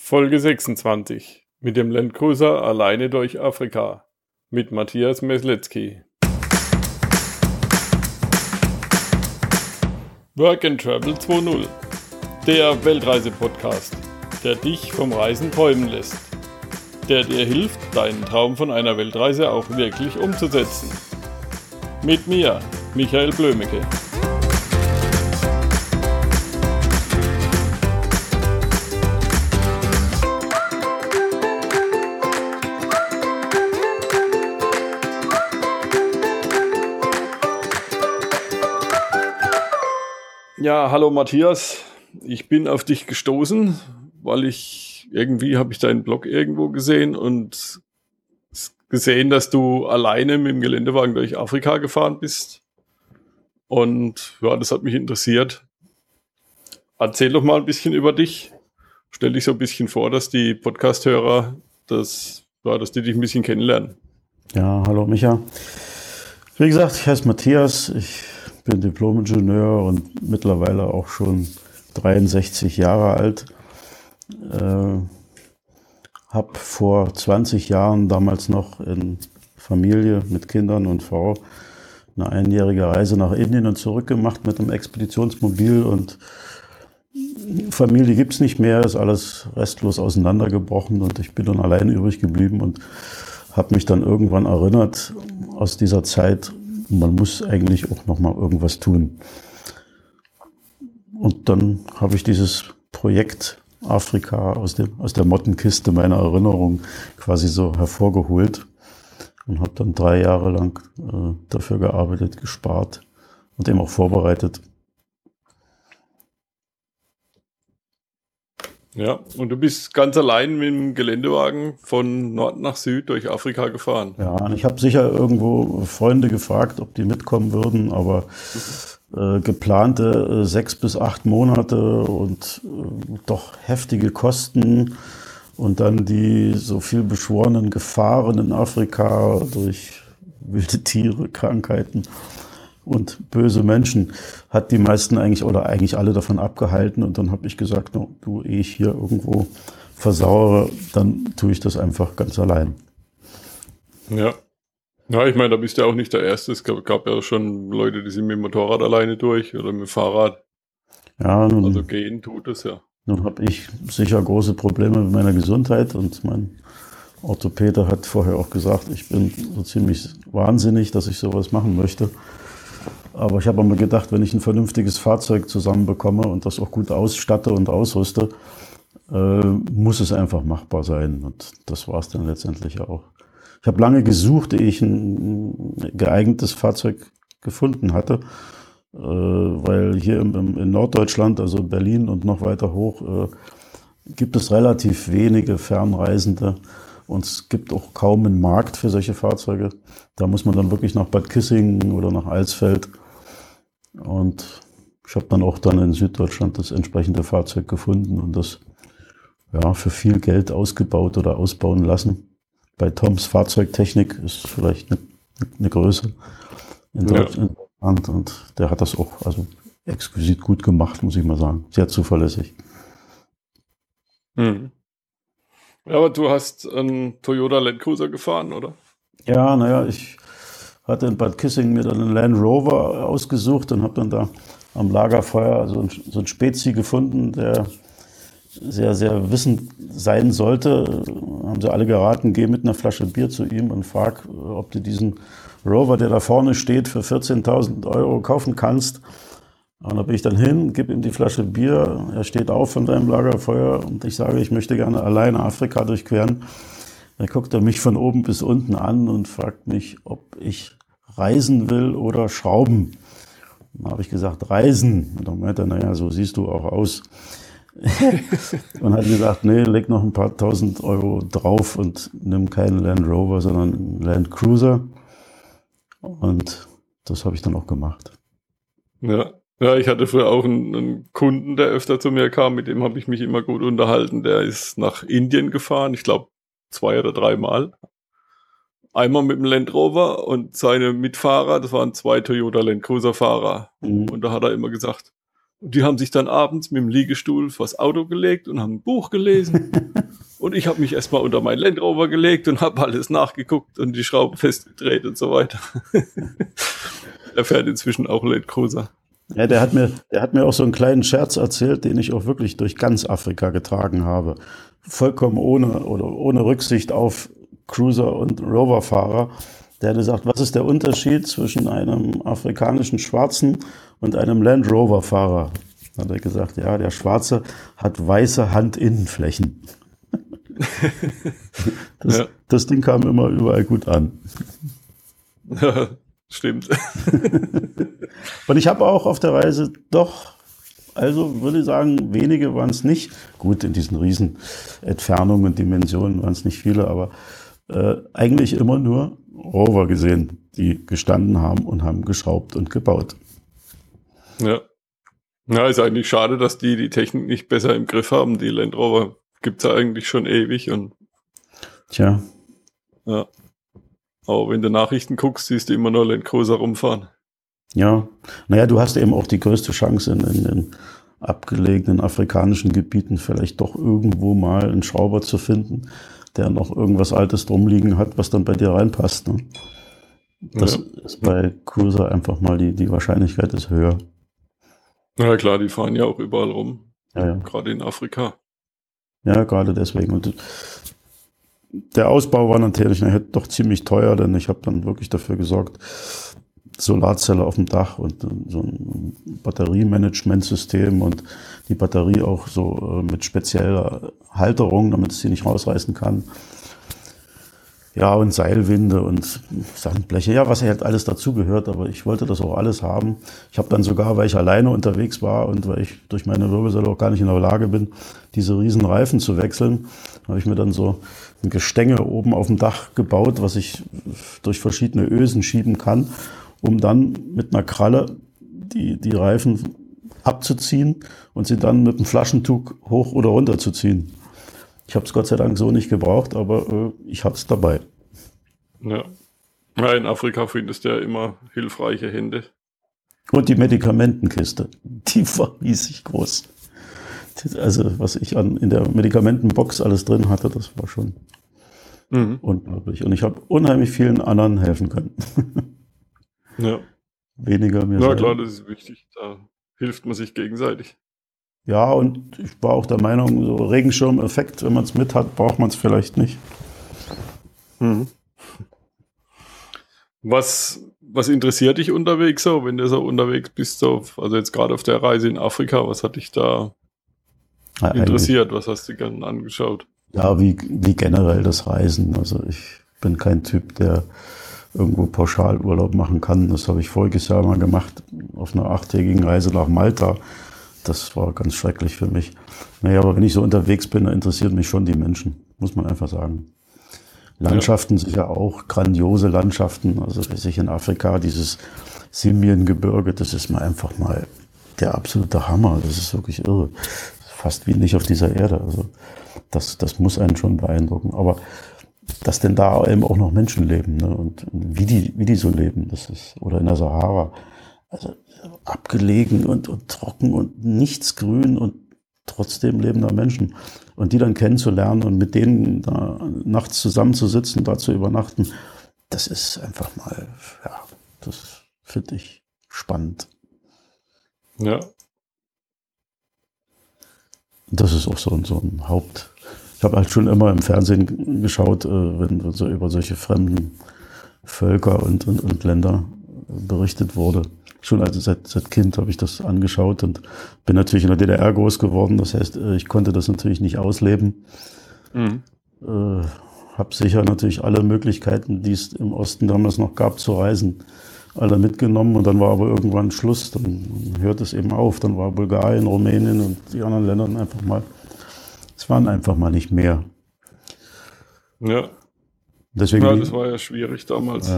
Folge 26 mit dem Landcruiser alleine durch Afrika mit Matthias Mesletzky. Work and Travel 2.0, der Weltreise-Podcast, der dich vom Reisen träumen lässt, der dir hilft, deinen Traum von einer Weltreise auch wirklich umzusetzen. Mit mir, Michael Blömecke. Ja, hallo Matthias, ich bin auf dich gestoßen, weil habe ich deinen Blog irgendwo gesehen und gesehen, dass du alleine mit dem Geländewagen durch Afrika gefahren bist. Und ja, das hat mich interessiert. Erzähl doch mal ein bisschen über dich. Stell dich so ein bisschen vor, dass die Podcast-Hörer dass die dich ein bisschen kennenlernen. Ja, hallo Micha. Wie gesagt, ich heiße Matthias, ich bin Diplom-Ingenieur und mittlerweile auch schon 63 Jahre alt. Habe vor 20 Jahren damals noch in Familie mit Kindern und Frau eine einjährige Reise nach Indien und zurück gemacht mit einem Expeditionsmobil, und Familie gibt es nicht mehr, ist alles restlos auseinandergebrochen und ich bin dann allein übrig geblieben und habe mich dann irgendwann erinnert aus dieser Zeit, man muss eigentlich auch noch mal irgendwas tun. Und dann habe ich dieses Projekt Afrika aus der Mottenkiste meiner Erinnerung quasi so hervorgeholt und habe dann 3 Jahre lang dafür gearbeitet, gespart und eben auch vorbereitet. Ja, und du bist ganz allein mit dem Geländewagen von Nord nach Süd durch Afrika gefahren. Ja, und ich habe sicher irgendwo Freunde gefragt, ob die mitkommen würden, aber geplante 6 bis 8 Monate und doch heftige Kosten und dann die so viel beschworenen Gefahren in Afrika durch wilde Tiere, Krankheiten und böse Menschen hat die meisten eigentlich alle davon abgehalten. Und dann habe ich gesagt, no, du, ehe ich hier irgendwo versauere, dann tue ich das einfach ganz allein. Ja. Ja, ich meine, da bist du ja auch nicht der Erste. Es gab ja schon Leute, die sind mit dem Motorrad alleine durch oder mit dem Fahrrad. Ja, also gehen tut es ja. Nun habe ich sicher große Probleme mit meiner Gesundheit und mein Orthopäde hat vorher auch gesagt, ich bin so ziemlich wahnsinnig, dass ich sowas machen möchte. Aber ich habe mir gedacht, wenn ich ein vernünftiges Fahrzeug zusammenbekomme und das auch gut ausstatte und ausrüste, muss es einfach machbar sein. Und das war es dann letztendlich auch. Ich habe lange gesucht, ehe ich ein geeignetes Fahrzeug gefunden hatte, weil hier in Norddeutschland, also Berlin und noch weiter hoch, gibt es relativ wenige Fernreisende. Und es gibt auch kaum einen Markt für solche Fahrzeuge. Da muss man dann wirklich nach Bad Kissingen oder nach Alsfeld. Und ich habe dann auch in Süddeutschland das entsprechende Fahrzeug gefunden und das für viel Geld ausgebaut oder ausbauen lassen. Bei Toms Fahrzeugtechnik ist vielleicht eine Größe in Deutschland. Und der hat das auch exquisit gut gemacht, muss ich mal sagen. Sehr zuverlässig. Mhm. Ja, aber du hast einen Toyota Land Cruiser gefahren, oder? Ja, naja, ich hatte in Bad Kissingen mir dann einen Land Rover ausgesucht und habe dann da am Lagerfeuer so einen Spezi gefunden, der sehr, sehr wissend sein sollte. Haben sie alle geraten, geh mit einer Flasche Bier zu ihm und frag, ob du diesen Rover, der da vorne steht, für 14.000 € kaufen kannst. Und da bin ich dann hin, gebe ihm die Flasche Bier, er steht auf von seinem Lagerfeuer und ich sage, ich möchte gerne alleine Afrika durchqueren. Da guckt er mich von oben bis unten an und fragt mich, ob ich reisen will oder schrauben. Dann habe ich gesagt, reisen. Und dann meinte er, naja, so siehst du auch aus. Und hat gesagt, nee, leg noch ein paar 1.000 € drauf und nimm keinen Land Rover, sondern einen Land Cruiser. Und das habe ich dann auch gemacht. Ja, ich hatte früher auch einen Kunden, der öfter zu mir kam, mit dem habe ich mich immer gut unterhalten. Der ist nach Indien gefahren, ich glaube 2 oder 3 Mal. Einmal mit dem Land Rover und seine Mitfahrer, das waren 2 Toyota Land Cruiser Fahrer. Und da hat er immer gesagt, Und die haben sich dann abends mit dem Liegestuhl vors Auto gelegt und haben ein Buch gelesen. Und ich habe mich erstmal unter meinen Land Rover gelegt und habe alles nachgeguckt und die Schrauben festgedreht und so weiter. Er fährt inzwischen auch Land Cruiser. Ja, der hat mir auch so einen kleinen Scherz erzählt, den ich auch wirklich durch ganz Afrika getragen habe. Vollkommen ohne Rücksicht auf Cruiser und Roverfahrer. Der hat gesagt, was ist der Unterschied zwischen einem afrikanischen Schwarzen und einem Land Rover-Fahrer? Da hat er gesagt, ja, der Schwarze hat weiße Handinnenflächen. Das Ding kam immer überall gut an. Ja, stimmt. Und ich habe auch auf der Reise doch, also würde ich sagen, wenige waren es nicht. Gut, in diesen riesen Entfernungen und Dimensionen waren es nicht viele, aber eigentlich immer nur Rover gesehen, die gestanden haben und haben geschraubt und gebaut. Ja. Ja, ist eigentlich schade, dass die Technik nicht besser im Griff haben. Die Land Rover gibt's ja eigentlich schon ewig und tja. Ja. Aber wenn du Nachrichten guckst, siehst du immer nur Land Cruiser rumfahren. Ja, naja, du hast eben auch die größte Chance in den abgelegenen afrikanischen Gebieten vielleicht doch irgendwo mal einen Schrauber zu finden, der noch irgendwas Altes drum liegen hat, was dann bei dir reinpasst. Ne? Das ist bei Cruiser einfach mal die Wahrscheinlichkeit ist höher. Ja klar, die fahren ja auch überall rum. Ja. Gerade in Afrika. Ja, gerade deswegen. Und der Ausbau war natürlich doch ziemlich teuer, denn ich habe dann wirklich dafür gesorgt, Solarzelle auf dem Dach und so ein Batteriemanagementsystem und die Batterie auch so mit spezieller Halterung, damit es sie nicht rausreißen kann. Ja, und Seilwinde und Sandbleche, ja, was halt alles dazugehört, aber ich wollte das auch alles haben. Ich habe dann sogar, weil ich alleine unterwegs war und weil ich durch meine Wirbelsäule auch gar nicht in der Lage bin, diese riesen Reifen zu wechseln, habe ich mir dann so ein Gestänge oben auf dem Dach gebaut, was ich durch verschiedene Ösen schieben kann, um dann mit einer Kralle die Reifen abzuziehen und sie dann mit einem Flaschentuch hoch oder runter zu ziehen. Ich habe es Gott sei Dank so nicht gebraucht, aber ich habe es dabei. Ja. Ja, in Afrika findest du ja immer hilfreiche Hände. Und die Medikamentenkiste, die war riesig groß. Also was ich in der Medikamentenbox alles drin hatte, das war schon unglaublich. Und ich habe unheimlich vielen anderen helfen können. Ja. Weniger mir. Na klar, das ist wichtig. Da hilft man sich gegenseitig. Ja, und ich war auch der Meinung, so Regenschirm-Effekt, wenn man es mit hat, braucht man es vielleicht nicht. Was interessiert dich unterwegs so, wenn du so unterwegs bist, so, also jetzt gerade auf der Reise in Afrika, was hat dich da interessiert? Was hast du gerne angeschaut? Ja, wie generell das Reisen. Also ich bin kein Typ, der irgendwo Pauschalurlaub machen kann. Das habe ich voriges Jahr mal gemacht, auf einer 8-tägigen Reise nach Malta. Das war ganz schrecklich für mich. Naja, aber wenn ich so unterwegs bin, dann interessieren mich schon die Menschen, muss man einfach sagen. Landschaften sicher auch, grandiose Landschaften. Also sich in Afrika, dieses Simien-Gebirge, das ist mal einfach mal der absolute Hammer. Das ist wirklich irre. Fast wie nicht auf dieser Erde. Also das muss einen schon beeindrucken. Aber dass denn da eben auch noch Menschen leben, ne? Und wie die so leben, das ist, oder in der Sahara. Also abgelegen und trocken und nichts grün und trotzdem leben da Menschen. Und die dann kennenzulernen und mit denen da nachts zusammenzusitzen, da zu übernachten, das ist einfach mal, ja, das finde ich spannend. Ja. Das ist auch so ein Haupt. Ich habe halt schon immer im Fernsehen geschaut, wenn so über solche fremden Völker und Länder berichtet wurde. Schon also seit Kind habe ich das angeschaut und bin natürlich in der DDR groß geworden. Das heißt, ich konnte das natürlich nicht ausleben. Habe sicher natürlich alle Möglichkeiten, die es im Osten damals noch gab, zu reisen, alle mitgenommen. Und dann war aber irgendwann Schluss. Dann hört es eben auf. Dann war Bulgarien, Rumänien und die anderen Länder einfach mal, es waren einfach mal nicht mehr. Ja. Deswegen ja, das war ja schwierig damals.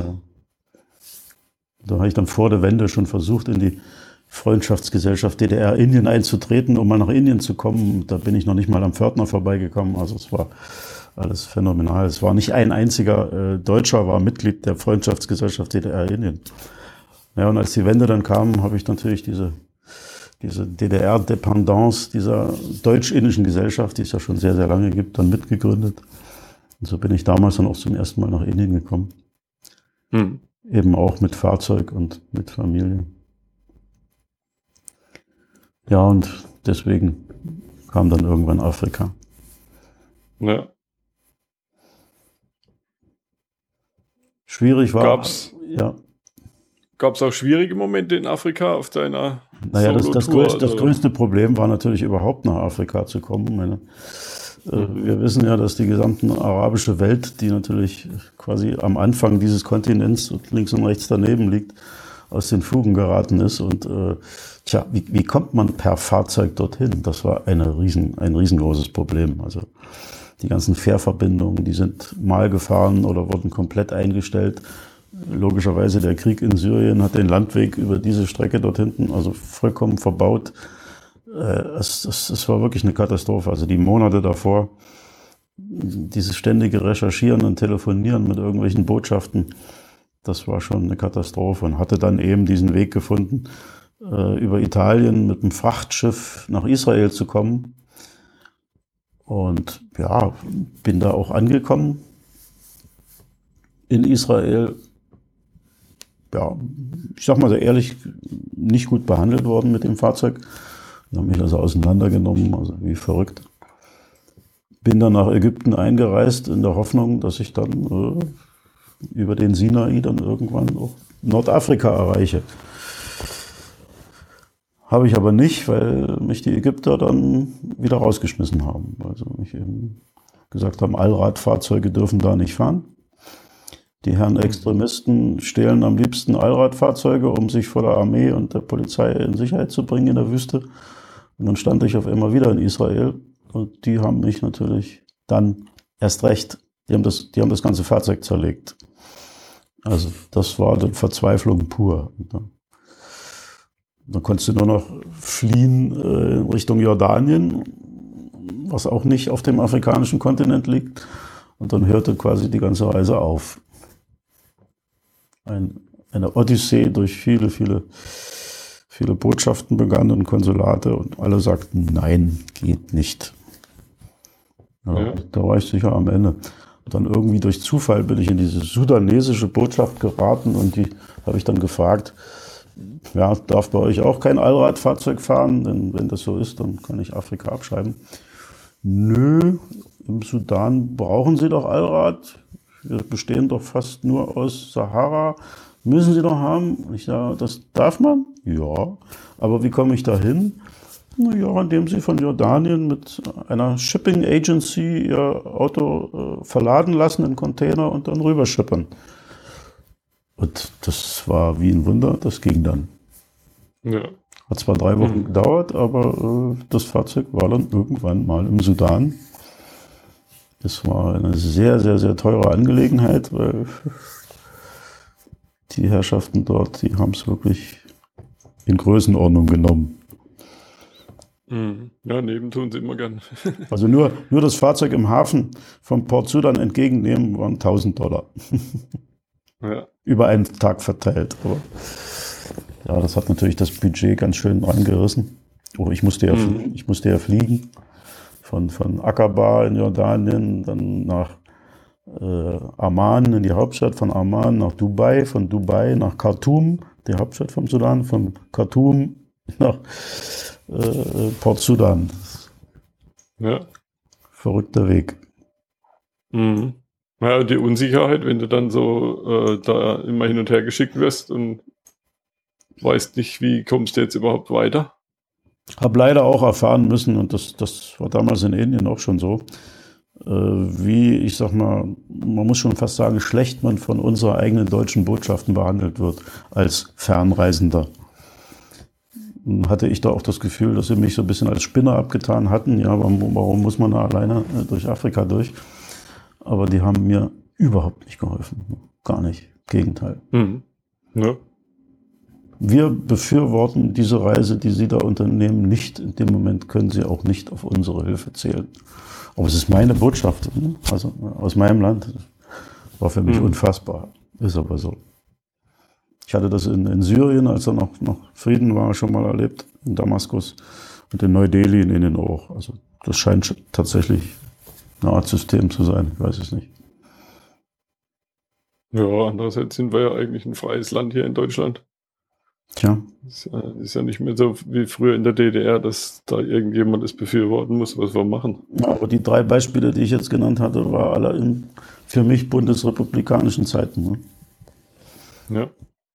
Da habe ich dann vor der Wende schon versucht, in die Freundschaftsgesellschaft DDR-Indien einzutreten, um mal nach Indien zu kommen. Da bin ich noch nicht mal am Pförtner vorbeigekommen. Also es war alles phänomenal. Es war nicht ein einziger Deutscher war Mitglied der Freundschaftsgesellschaft DDR-Indien. Ja, und als die Wende dann kam, habe ich natürlich diese diese DDR-Dependance dieser deutsch-indischen Gesellschaft, die es ja schon sehr, sehr lange gibt, dann mitgegründet. Und so bin ich damals dann auch zum ersten Mal nach Indien gekommen. Eben auch mit Fahrzeug und mit Familie. Ja, und deswegen kam dann irgendwann Afrika. Ja. Schwierig war. Gab es auch schwierige Momente in Afrika auf deiner Naja, das Solo-Tour? größte Problem war natürlich überhaupt nach Afrika zu kommen. Wir wissen ja, dass die gesamte arabische Welt, die natürlich quasi am Anfang dieses Kontinents und links und rechts daneben liegt, aus den Fugen geraten ist. Und wie kommt man per Fahrzeug dorthin? Das war ein riesengroßes Problem. Also die ganzen Fährverbindungen, die sind mal gefahren oder wurden komplett eingestellt. Logischerweise der Krieg in Syrien hat den Landweg über diese Strecke dort hinten also vollkommen verbaut. Es war wirklich eine Katastrophe. Also die Monate davor, dieses ständige Recherchieren und Telefonieren mit irgendwelchen Botschaften, das war schon eine Katastrophe. Und hatte dann eben diesen Weg gefunden, über Italien mit einem Frachtschiff nach Israel zu kommen. Und ja, bin da auch angekommen in Israel. Ja, ich sag mal so ehrlich, nicht gut behandelt worden mit dem Fahrzeug. Die haben mich also auseinandergenommen, also wie verrückt. Bin dann nach Ägypten eingereist in der Hoffnung, dass ich dann über den Sinai dann irgendwann auch Nordafrika erreiche. Habe ich aber nicht, weil mich die Ägypter dann wieder rausgeschmissen haben. Also mich eben gesagt haben, Allradfahrzeuge dürfen da nicht fahren. Die Herren Extremisten stehlen am liebsten Allradfahrzeuge, um sich vor der Armee und der Polizei in Sicherheit zu bringen in der Wüste. Und dann stand ich auf einmal wieder in Israel und die haben mich natürlich dann erst recht, die haben das ganze Fahrzeug zerlegt. Also das war die Verzweiflung pur. Dann konntest du nur noch fliehen in Richtung Jordanien, was auch nicht auf dem afrikanischen Kontinent liegt. Und dann hörte quasi die ganze Reise auf. Eine Odyssee durch viele Botschaften begann und Konsulate und alle sagten, nein, geht nicht. Ja. Da war ich sicher am Ende. Und dann irgendwie durch Zufall bin ich in diese sudanesische Botschaft geraten und die habe ich dann gefragt, ja, darf bei euch auch kein Allradfahrzeug fahren? Denn wenn das so ist, dann kann ich Afrika abschreiben. Nö, im Sudan brauchen sie doch Allrad. Wir bestehen doch fast nur aus Sahara. Müssen sie doch haben? Ich sage, das darf man? Ja. Aber wie komme ich da hin? Naja, indem sie von Jordanien mit einer Shipping Agency ihr Auto verladen lassen in Container und dann rüberschippern. Und das war wie ein Wunder, das ging dann. Ja. Hat zwar 3 Wochen gedauert, aber das Fahrzeug war dann irgendwann mal im Sudan. Das war eine sehr, sehr, sehr teure Angelegenheit, weil die Herrschaften dort, die haben es wirklich in Größenordnung genommen. Ja, nehmen tun sie immer gern. Also nur das Fahrzeug im Hafen vom Port Sudan entgegennehmen waren $1.000. Ja. Über einen Tag verteilt. Aber ja, das hat natürlich das Budget ganz schön angerissen. Oh, ich musste ja fliegen. Von Aqaba in Jordanien, dann nach Amman, in die Hauptstadt, von Amman nach Dubai, von Dubai nach Khartoum, die Hauptstadt vom Sudan, von Khartoum nach Port Sudan. Ja. Verrückter Weg. Ja, die Unsicherheit, wenn du dann so da immer hin und her geschickt wirst und weißt nicht, wie kommst du jetzt überhaupt weiter. Habe leider auch erfahren müssen, und das war damals in Indien auch schon so, wie, ich sag mal, man muss schon fast sagen, schlecht man von unserer eigenen deutschen Botschaften behandelt wird als Fernreisender. Hatte ich da auch das Gefühl, dass sie mich so ein bisschen als Spinner abgetan hatten. Ja, warum muss man da alleine durch Afrika durch? Aber die haben mir überhaupt nicht geholfen. Gar nicht. Gegenteil. Ja. Wir befürworten diese Reise, die Sie da unternehmen, nicht. In dem Moment können Sie auch nicht auf unsere Hilfe zählen. Aber es ist meine Botschaft, ne? Also aus meinem Land. War für mich unfassbar. Ist aber so. Ich hatte das in Syrien, als da noch Frieden war, schon mal erlebt, in Damaskus und in Neu-Delhi in Indien auch. Also das scheint tatsächlich eine Art System zu sein, ich weiß es nicht. Ja, andererseits sind wir ja eigentlich ein freies Land hier in Deutschland. Tja. Ist ja nicht mehr so wie früher in der DDR, dass da irgendjemand es befürworten muss, was wir machen. Ja, aber die 3 Beispiele, die ich jetzt genannt hatte, waren alle in für mich bundesrepublikanischen Zeiten. Ne? Ja.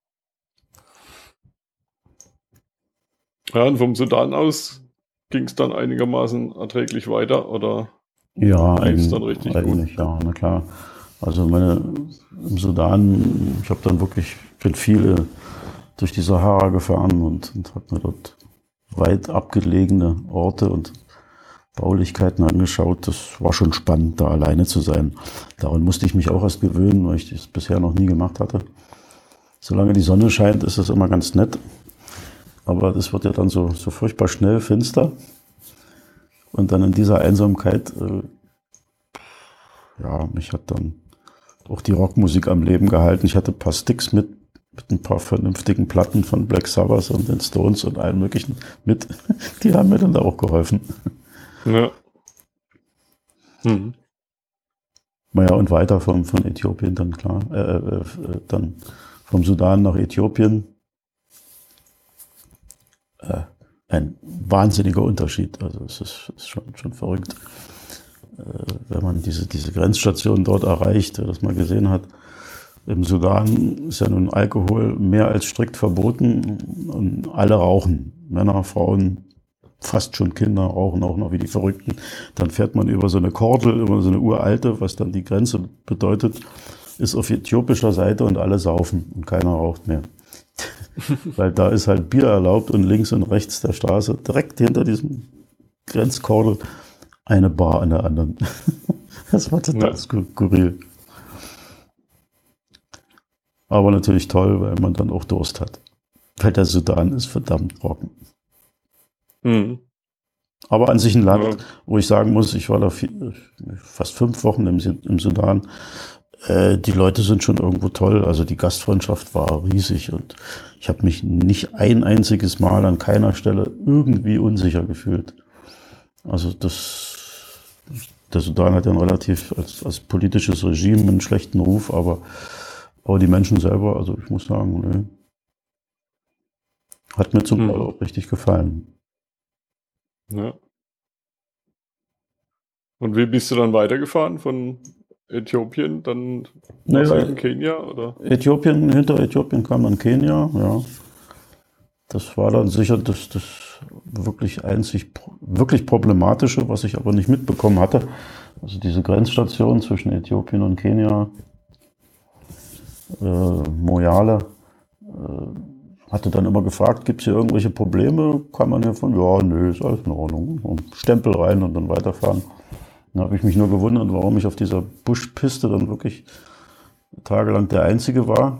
Ja, und vom Sudan aus ging es dann einigermaßen erträglich weiter, oder Ja, lief es dann richtig eigentlich, gut? ja, na klar. Also im Sudan, ich habe dann wirklich, bin viele durch die Sahara gefahren und habe mir dort weit abgelegene Orte und Baulichkeiten angeschaut. Das war schon spannend, da alleine zu sein. Daran musste ich mich auch erst gewöhnen, weil ich das bisher noch nie gemacht hatte. Solange die Sonne scheint, ist das immer ganz nett. Aber das wird ja dann so furchtbar schnell finster. Und dann in dieser Einsamkeit, ja, mich hat dann auch die Rockmusik am Leben gehalten. Ich hatte ein paar Sticks mit ein paar vernünftigen Platten von Black Sabbath und den Stones und allen möglichen mit. Die haben mir dann da auch geholfen. Ja. Mhm. Naja, und weiter von Äthiopien dann klar. Dann vom Sudan nach Äthiopien. Ein wahnsinniger Unterschied. Also es ist schon verrückt, wenn man diese Grenzstation dort erreicht, wer das mal gesehen hat. Im Sudan ist ja nun Alkohol mehr als strikt verboten und alle rauchen. Männer, Frauen, fast schon Kinder rauchen auch noch wie die Verrückten. Dann fährt man über so eine Kordel, über so eine uralte, was dann die Grenze bedeutet, ist auf äthiopischer Seite und alle saufen und keiner raucht mehr. Weil da ist halt Bier erlaubt und links und rechts der Straße, direkt hinter diesem Grenzkordel, eine Bar an der anderen. Das war total skurril. Aber natürlich toll, weil man dann auch Durst hat. Weil der Sudan ist verdammt trocken. Mhm. Aber an sich ein Land, wo ich sagen muss, ich war da fast 5 Wochen im Sudan. Die Leute sind schon irgendwo toll. Also die Gastfreundschaft war riesig und ich habe mich nicht ein einziges Mal an keiner Stelle irgendwie unsicher gefühlt. Also der Sudan hat ja ein relativ als politisches Regime einen schlechten Ruf, aber die Menschen selber, also ich muss sagen, nee, hat mir zum Teil auch richtig gefallen. Ja. Und wie bist du dann weitergefahren von Äthiopien, dann in Kenia, oder? Hinter Äthiopien kam dann Kenia, ja. Das war dann sicher das wirklich wirklich Problematische, was ich aber nicht mitbekommen hatte. Also diese Grenzstation zwischen Äthiopien und Kenia, Moyale, hatte dann immer gefragt, gibt es hier irgendwelche Probleme? Kann man hier ja, nö, ist alles in Ordnung. Und Stempel rein und dann weiterfahren. Dann habe ich mich nur gewundert, warum ich auf dieser Buschpiste dann wirklich tagelang der Einzige war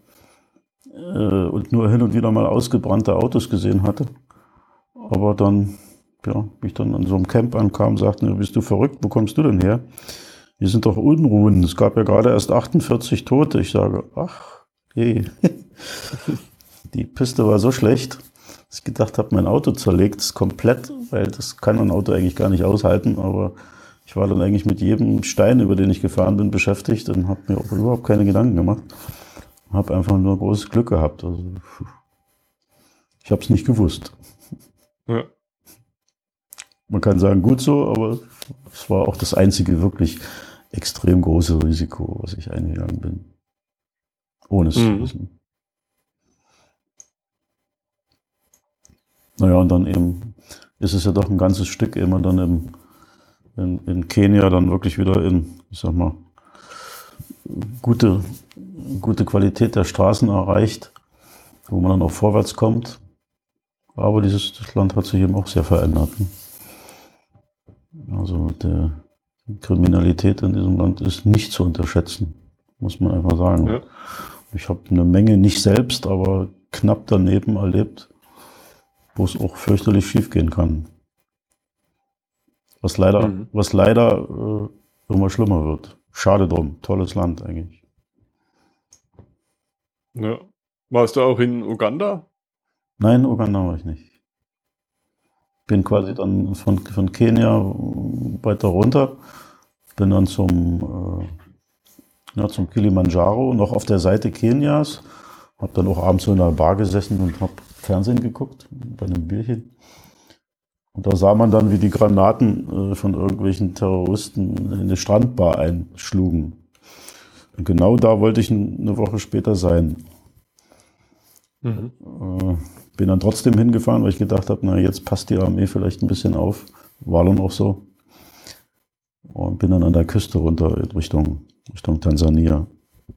und nur hin und wieder mal ausgebrannte Autos gesehen hatte. Aber dann, ja, wie ich dann an so einem Camp ankam, sagten, bist du verrückt, wo kommst du denn her? Hier sind doch Unruhen. Es gab ja gerade erst 48 Tote. Ich sage, ach, hey. Die Piste war so schlecht, dass ich gedacht habe, mein Auto zerlegt es komplett, weil das kann ein Auto eigentlich gar nicht aushalten. Aber ich war dann eigentlich mit jedem Stein, über den ich gefahren bin, beschäftigt und habe mir auch überhaupt keine Gedanken gemacht. Habe einfach nur großes Glück gehabt. Also, ich habe es nicht gewusst. Ja. Man kann sagen, gut so, aber es war auch das einzige wirklich extrem große Risiko, was ich eingegangen bin. Ohne es zu wissen. Naja, und dann eben ist es ja doch ein ganzes Stück, ehe man dann in Kenia dann wirklich wieder ich sag mal, gute Qualität der Straßen erreicht, wo man dann auch vorwärts kommt. Aber das Land hat sich eben auch sehr verändert. Ne? Also die Kriminalität in diesem Land ist nicht zu unterschätzen, muss man einfach sagen. Ja. Ich habe eine Menge nicht selbst, aber knapp daneben erlebt, wo es auch fürchterlich schief gehen kann. Was leider immer schlimmer wird. Schade drum. Tolles Land eigentlich. Ja. Warst du auch in Uganda? Nein, Uganda war ich nicht. Bin quasi dann von Kenia weiter runter, bin dann zum Kilimanjaro, noch auf der Seite Kenias, habe dann auch abends so in einer Bar gesessen und habe Fernsehen geguckt, bei einem Bierchen. Und da sah man dann, wie die Granaten von irgendwelchen Terroristen in eine Strandbar einschlugen. Und genau da wollte ich eine Woche später sein. Bin dann trotzdem hingefahren, weil ich gedacht habe, na jetzt passt die Armee vielleicht ein bisschen auf. War dann auch so. Und bin dann an der Küste runter Richtung Tansania.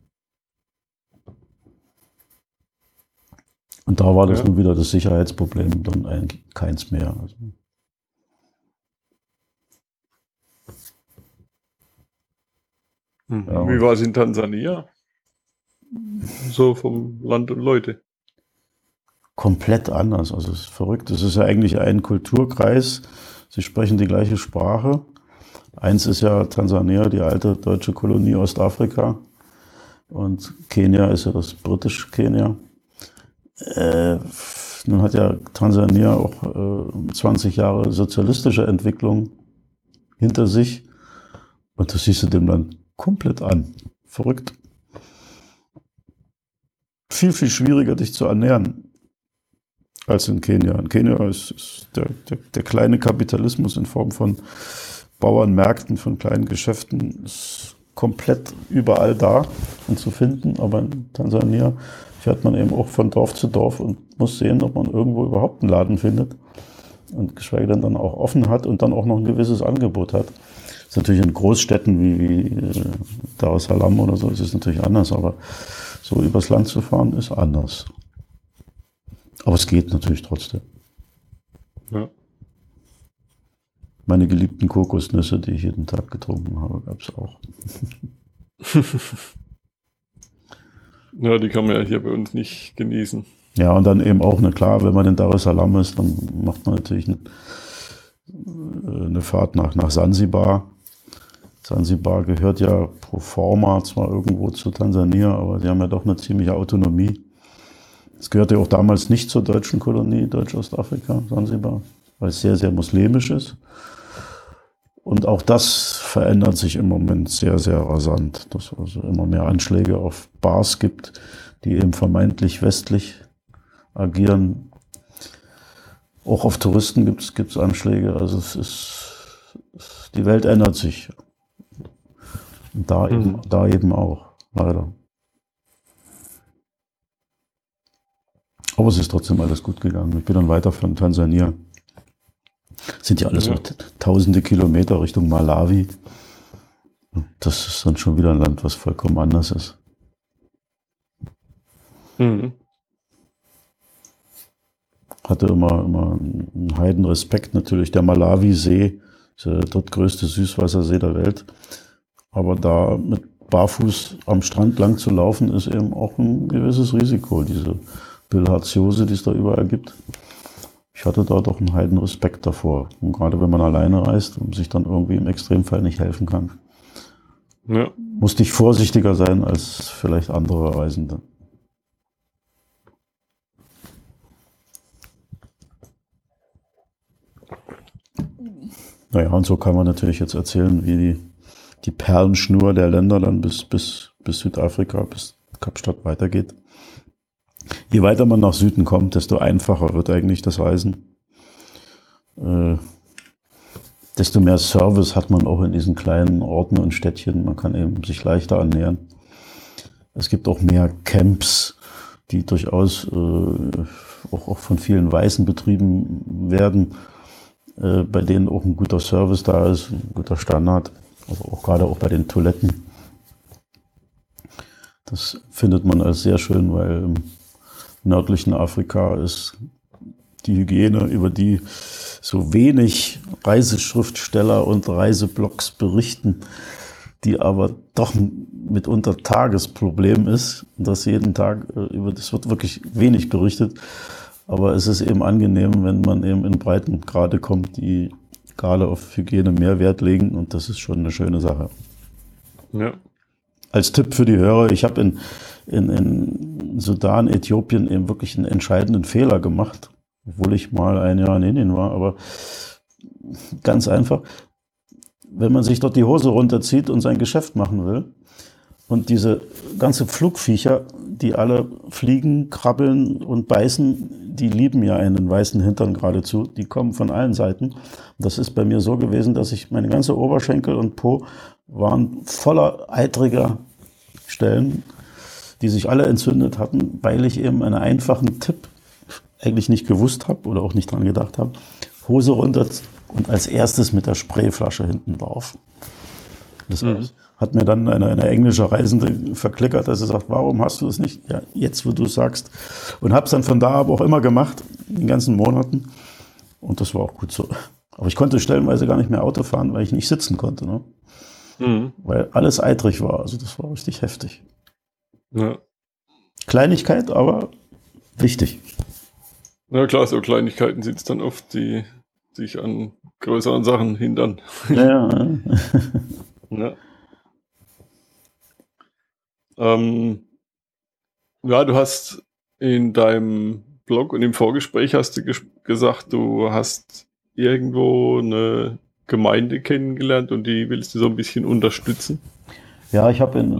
Und da war das nun wieder das Sicherheitsproblem, dann eigentlich keins mehr. Also. Ja. Wie war es in Tansania? So vom Land und Leute. Komplett anders. Also es ist verrückt. Es ist ja eigentlich ein Kulturkreis. Sie sprechen die gleiche Sprache. Eins ist ja Tansania, die alte deutsche Kolonie Ostafrika. Und Kenia ist ja das britische Kenia. Nun hat ja Tansania auch 20 Jahre sozialistische Entwicklung hinter sich. Und das siehst du dem Land komplett an. Verrückt. Viel, viel schwieriger, dich zu ernähren als in Kenia. In Kenia ist der kleine Kapitalismus in Form von Bauernmärkten, von kleinen Geschäften, ist komplett überall da und zu finden. Aber in Tansania fährt man eben auch von Dorf zu Dorf und muss sehen, ob man irgendwo überhaupt einen Laden findet und geschweige denn dann auch offen hat und dann auch noch ein gewisses Angebot hat. Das ist natürlich in Großstädten wie Dar es Salaam oder so, ist es natürlich anders, aber so übers Land zu fahren ist anders. Aber es geht natürlich trotzdem. Ja. Meine geliebten Kokosnüsse, die ich jeden Tag getrunken habe, gab es auch. Ja, die kann man ja hier bei uns nicht genießen. Ja, und dann eben auch, klar, wenn man in Dar es Salaam ist, dann macht man natürlich eine Fahrt nach Sansibar. Sansibar gehört ja pro forma zwar irgendwo zu Tansania, aber die haben ja doch eine ziemliche Autonomie. Es gehörte auch damals nicht zur deutschen Kolonie, Deutsch-Ostafrika, Sansibar, weil es sehr, sehr muslimisch ist. Und auch das verändert sich im Moment sehr, sehr rasant, dass es also immer mehr Anschläge auf Bars gibt, die eben vermeintlich westlich agieren. Auch auf Touristen gibt es Anschläge. Also die Welt ändert sich. Und da eben auch, leider. Aber es ist trotzdem alles gut gegangen. Ich bin dann weiter von Tansania. Sind ja alles noch tausende Kilometer Richtung Malawi. Das ist dann schon wieder ein Land, was vollkommen anders ist. Hatte immer einen Heidenrespekt natürlich. Der Malawi-See ist der drittgrößte Süßwassersee der Welt. Aber da mit barfuß am Strand lang zu laufen, ist eben auch ein gewisses Risiko. Diese Bilharziose, die es da überall gibt. Ich hatte da doch einen Heidenrespekt davor. Und gerade wenn man alleine reist und sich dann irgendwie im Extremfall nicht helfen kann, musste ich vorsichtiger sein als vielleicht andere Reisende. Naja, und so kann man natürlich jetzt erzählen, wie die Perlenschnur der Länder dann bis Südafrika, bis Kapstadt weitergeht. Je weiter man nach Süden kommt, desto einfacher wird eigentlich das Reisen. Desto mehr Service hat man auch in diesen kleinen Orten und Städtchen. Man kann eben sich leichter ernähren. Es gibt auch mehr Camps, die durchaus auch von vielen Weißen betrieben werden, bei denen auch ein guter Service da ist, ein guter Standard, also auch gerade auch bei den Toiletten. Das findet man als sehr schön, weil im nördlichen Afrika ist die Hygiene, über die so wenig Reiseschriftsteller und Reiseblogs berichten, die aber doch mitunter Tagesproblem ist. Das jeden Tag, über das wird wirklich wenig berichtet. Aber es ist eben angenehm, wenn man eben in Breitengrade kommt, die gerade auf Hygiene mehr Wert legen. Und das ist schon eine schöne Sache. Ja. als Tipp für die Hörer, ich habe in Sudan, Äthiopien eben wirklich einen entscheidenden Fehler gemacht, obwohl ich mal ein Jahr in Indien war, aber ganz einfach, wenn man sich dort die Hose runterzieht und sein Geschäft machen will und diese ganze Flugviecher, die alle fliegen, krabbeln und beißen, die lieben ja einen weißen Hintern geradezu, die kommen von allen Seiten. Das ist bei mir so gewesen, dass ich meine ganze Oberschenkel und Po waren voller eitriger Stellen, die sich alle entzündet hatten, weil ich eben einen einfachen Tipp eigentlich nicht gewusst habe oder auch nicht dran gedacht habe. Hose runter und als erstes mit der Sprayflasche hinten drauf. Das hat mir dann eine englische Reisende verklickert, dass sie sagt, warum hast du es nicht? Ja, jetzt, wo du es sagst. Und habe es dann von da aber auch immer gemacht, in den ganzen Monaten. Und das war auch gut so. Aber ich konnte stellenweise gar nicht mehr Auto fahren, weil ich nicht sitzen konnte. Ne? Weil alles eitrig war. Also das war richtig heftig. Ja. Kleinigkeit, aber wichtig. Ja klar, so Kleinigkeiten sind es dann oft, die sich an größeren Sachen hindern. Ja. Ja. Ja, du hast in deinem Blog und im Vorgespräch hast du gesagt, du hast irgendwo eine Gemeinde kennengelernt und die willst du so ein bisschen unterstützen. Ja, ich habe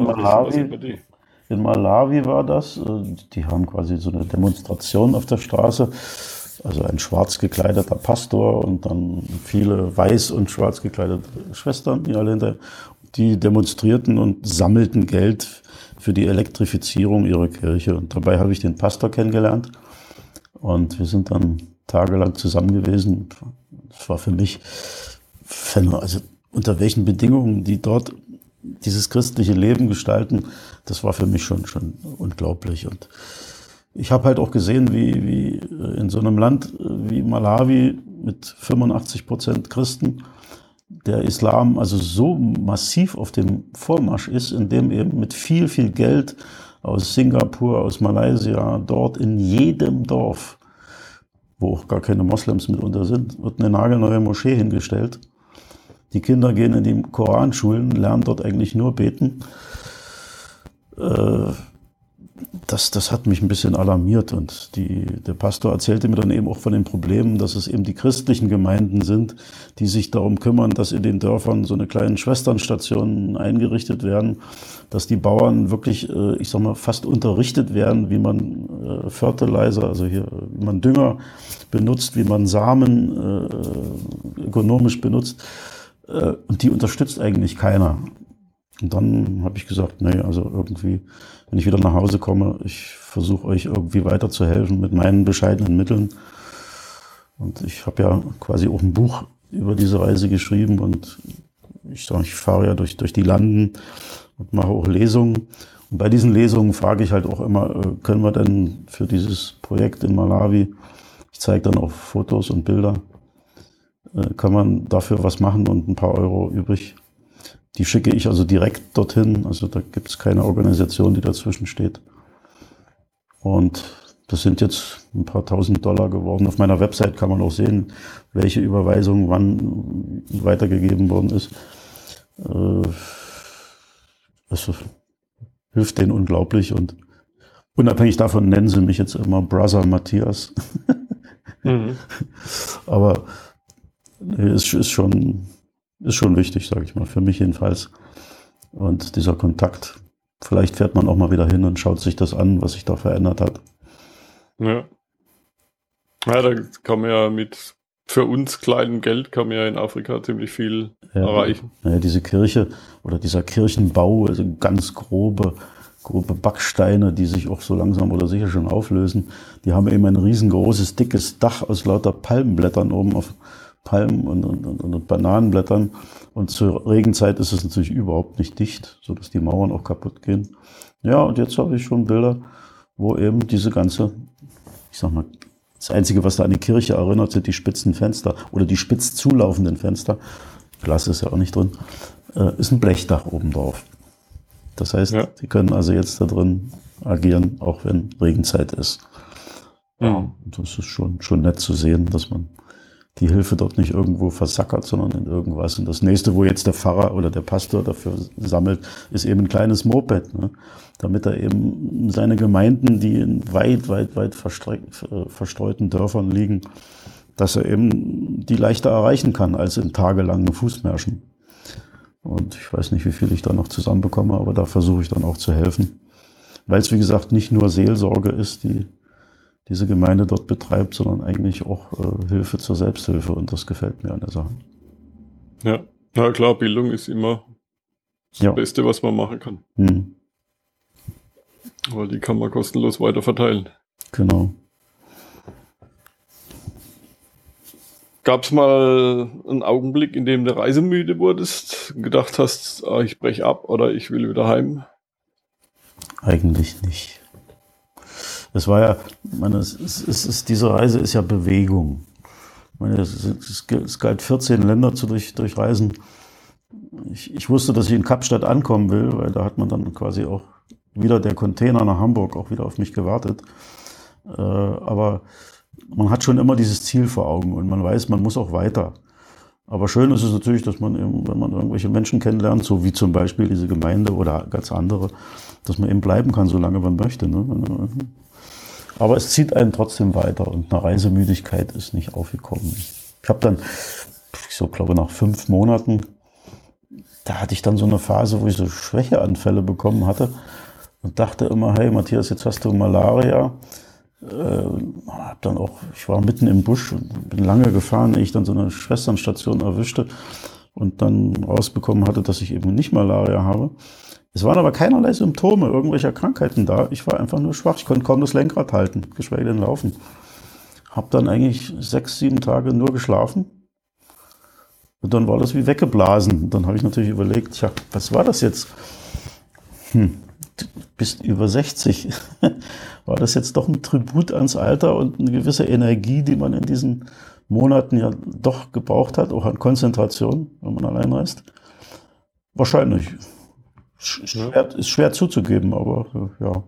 in Malawi war das, die haben quasi so eine Demonstration auf der Straße, also ein schwarz gekleideter Pastor und dann viele weiß und schwarz gekleidete Schwestern, die alle hinter, die demonstrierten und sammelten Geld für die Elektrifizierung ihrer Kirche. Und dabei habe ich den Pastor kennengelernt und wir sind dann tagelang zusammen gewesen. Das war für mich, also unter welchen Bedingungen die dort dieses christliche Leben gestalten, das war für mich schon unglaublich. Und ich habe halt auch gesehen, wie in so einem Land wie Malawi mit 85% Christen der Islam also so massiv auf dem Vormarsch ist, indem eben mit viel, viel Geld aus Singapur, aus Malaysia, dort in jedem Dorf, wo auch gar keine Moslems mitunter sind, wird eine nagelneue Moschee hingestellt. Die Kinder gehen in die Koranschulen, lernen dort eigentlich nur beten. Das hat mich ein bisschen alarmiert und der Pastor erzählte mir dann eben auch von den Problemen, dass es eben die christlichen Gemeinden sind, die sich darum kümmern, dass in den Dörfern so eine kleinen Schwesternstationen eingerichtet werden, dass die Bauern wirklich, ich sag mal, fast unterrichtet werden, wie man Fertilizer, also hier, wie man Dünger benutzt, wie man Samen ökonomisch benutzt. Und die unterstützt eigentlich keiner. Und dann habe ich gesagt, nee, also irgendwie, wenn ich wieder nach Hause komme, ich versuche euch irgendwie weiterzuhelfen mit meinen bescheidenen Mitteln. Und ich habe ja quasi auch ein Buch über diese Reise geschrieben und ich fahre ja durch die Landen und mache auch Lesungen. Und bei diesen Lesungen frage ich halt auch immer, können wir denn für dieses Projekt in Malawi, ich zeige dann auch Fotos und Bilder, kann man dafür was machen und ein paar Euro übrig. Die schicke ich also direkt dorthin. Also da gibt es keine Organisation, die dazwischen steht. Und das sind jetzt ein paar $1000 geworden. Auf meiner Website kann man auch sehen, welche Überweisung wann weitergegeben worden ist. Das hilft denen unglaublich. Und unabhängig davon nennen sie mich jetzt immer Brother Matthias. Aber ist schon wichtig, sage ich mal, für mich jedenfalls. Und dieser Kontakt, vielleicht fährt man auch mal wieder hin und schaut sich das an, was sich da verändert hat. Ja. Ja, da kann man ja mit für uns kleinem Geld kann man ja in Afrika ziemlich viel erreichen. Ja, diese Kirche oder dieser Kirchenbau, also ganz grobe Backsteine, die sich auch so langsam oder sicher schon auflösen, die haben eben ein riesengroßes, dickes Dach aus lauter Palmenblättern oben auf Palmen und Bananenblättern. Und zur Regenzeit ist es natürlich überhaupt nicht dicht, sodass die Mauern auch kaputt gehen. Ja, und jetzt habe ich schon Bilder, wo eben diese ganze, ich sag mal, das Einzige, was da an die Kirche erinnert, sind die spitzen Fenster oder die spitz zulaufenden Fenster. Glas ist ja auch nicht drin. Ist ein Blechdach oben drauf. Das heißt, die können also jetzt da drin agieren, auch wenn Regenzeit ist. Ja, das ist schon nett zu sehen, dass man die Hilfe dort nicht irgendwo versackert, sondern in irgendwas. Und das nächste, wo jetzt der Pfarrer oder der Pastor dafür sammelt, ist eben ein kleines Moped, ne? Damit er eben seine Gemeinden, die in weit verstreuten Dörfern liegen, dass er eben die leichter erreichen kann als in tagelangen Fußmärschen. Und ich weiß nicht, wie viel ich da noch zusammenbekomme, aber da versuche ich dann auch zu helfen. Weil es, wie gesagt, nicht nur Seelsorge ist, die diese Gemeinde dort betreibt, sondern eigentlich auch Hilfe zur Selbsthilfe. Und das gefällt mir an der Sache. Ja, na klar, Bildung ist immer das Beste, was man machen kann. Weil die kann man kostenlos weiter verteilen. Genau. Gab es mal einen Augenblick, in dem du reisemüde wurdest, gedacht hast, ich breche ab oder ich will wieder heim? Eigentlich nicht. Es war ja, diese Reise ist ja Bewegung. Es galt 14 Länder zu durchreisen. Ich wusste, dass ich in Kapstadt ankommen will, weil da hat man dann quasi auch wieder der Container nach Hamburg auch wieder auf mich gewartet. Aber man hat schon immer dieses Ziel vor Augen und man weiß, man muss auch weiter. Aber schön ist es natürlich, dass man eben, wenn man irgendwelche Menschen kennenlernt, so wie zum Beispiel diese Gemeinde oder ganz andere, dass man eben bleiben kann, solange man möchte. Ne? Aber es zieht einen trotzdem weiter und eine Reisemüdigkeit ist nicht aufgekommen. Ich habe dann, glaube nach 5 Monaten, da hatte ich dann so eine Phase, wo ich so Schwächeanfälle bekommen hatte und dachte immer, hey Matthias, jetzt hast du Malaria. Ich war mitten im Busch und bin lange gefahren, ehe ich dann so eine Schwesternstation erwischte und dann rausbekommen hatte, dass ich eben nicht Malaria habe. Es waren aber keinerlei Symptome irgendwelcher Krankheiten da. Ich war einfach nur schwach. Ich konnte kaum das Lenkrad halten, geschweige denn laufen. Hab dann eigentlich 6, 7 Tage nur geschlafen. Und dann war das wie weggeblasen. Und dann habe ich natürlich überlegt, tja, was war das jetzt? Du bist über 60. War das jetzt doch ein Tribut ans Alter und eine gewisse Energie, die man in diesen Monaten ja doch gebraucht hat, auch an Konzentration, wenn man allein reist? Wahrscheinlich. Ist schwer zuzugeben, aber ja.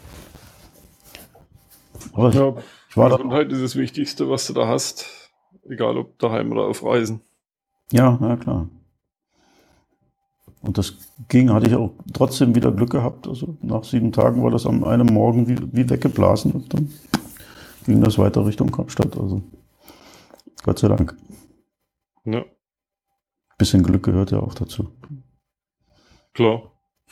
Aber Gesundheit ist das Wichtigste, was du da hast. Egal ob daheim oder auf Reisen. Ja, klar. Und das hatte ich auch trotzdem wieder Glück gehabt. Also nach 7 Tagen war das an einem Morgen wie weggeblasen und dann ging das weiter Richtung Kapstadt. Also Gott sei Dank. Ja. Bisschen Glück gehört ja auch dazu. Klar.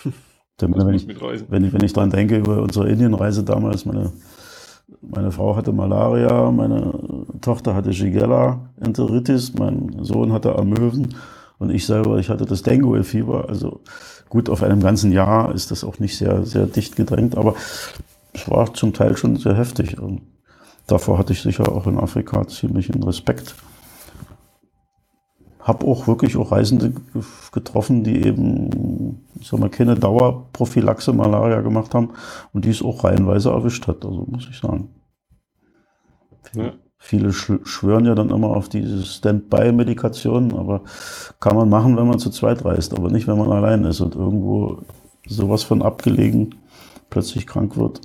Wenn ich daran denke, über unsere Indienreise damals, meine Frau hatte Malaria, meine Tochter hatte Shigella, Enteritis, mein Sohn hatte Amöben und ich hatte das Dengue-Fieber. Also gut, auf einem ganzen Jahr ist das auch nicht sehr, sehr dicht gedrängt, aber es war zum Teil schon sehr heftig. Und davor hatte ich sicher auch in Afrika ziemlichen Respekt. Habe auch wirklich Reisende getroffen, die eben, keine Dauerprophylaxe Malaria gemacht haben und die es auch reihenweise erwischt hat, also muss ich sagen. Ja. Viele schwören ja dann immer auf diese Standby-Medikation, aber kann man machen, wenn man zu zweit reist, aber nicht, wenn man allein ist und irgendwo sowas von abgelegen plötzlich krank wird.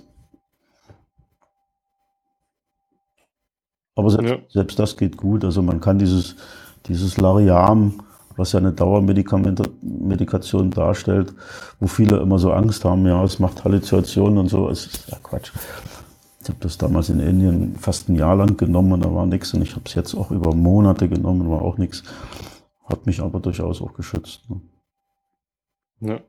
Aber selbst das geht gut, also man kann dieses Lariam, was ja eine Dauermedikation darstellt, wo viele immer so Angst haben, ja, es macht Halluzinationen und so, es ist ja Quatsch. Ich habe das damals in Indien fast ein Jahr lang genommen und da war nichts und ich habe es jetzt auch über Monate genommen, war auch nichts. Hat mich aber durchaus auch geschützt. Ne? Ja.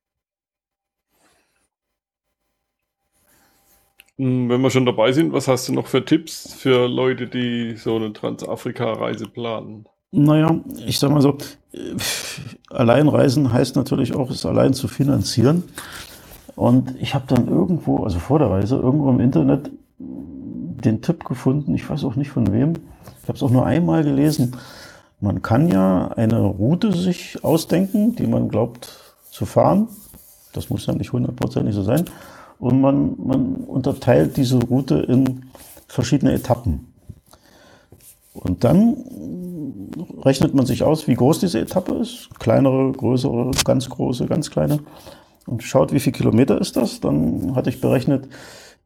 Wenn wir schon dabei sind, was hast du noch für Tipps für Leute, die so eine Transafrika-Reise planen? Naja, ich sag mal so, Alleinreisen heißt natürlich auch, es allein zu finanzieren. Und ich habe dann irgendwo, also vor der Reise, irgendwo im Internet den Tipp gefunden, ich weiß auch nicht von wem, ich habe es auch nur einmal gelesen. Man kann ja eine Route sich ausdenken, die man glaubt zu fahren. Das muss ja nicht 100% so sein. Und man unterteilt diese Route in verschiedene Etappen. Und dann rechnet man sich aus, wie groß diese Etappe ist. Kleinere, größere, ganz große, ganz kleine. Und schaut, wie viele Kilometer ist das. Dann hatte ich berechnet,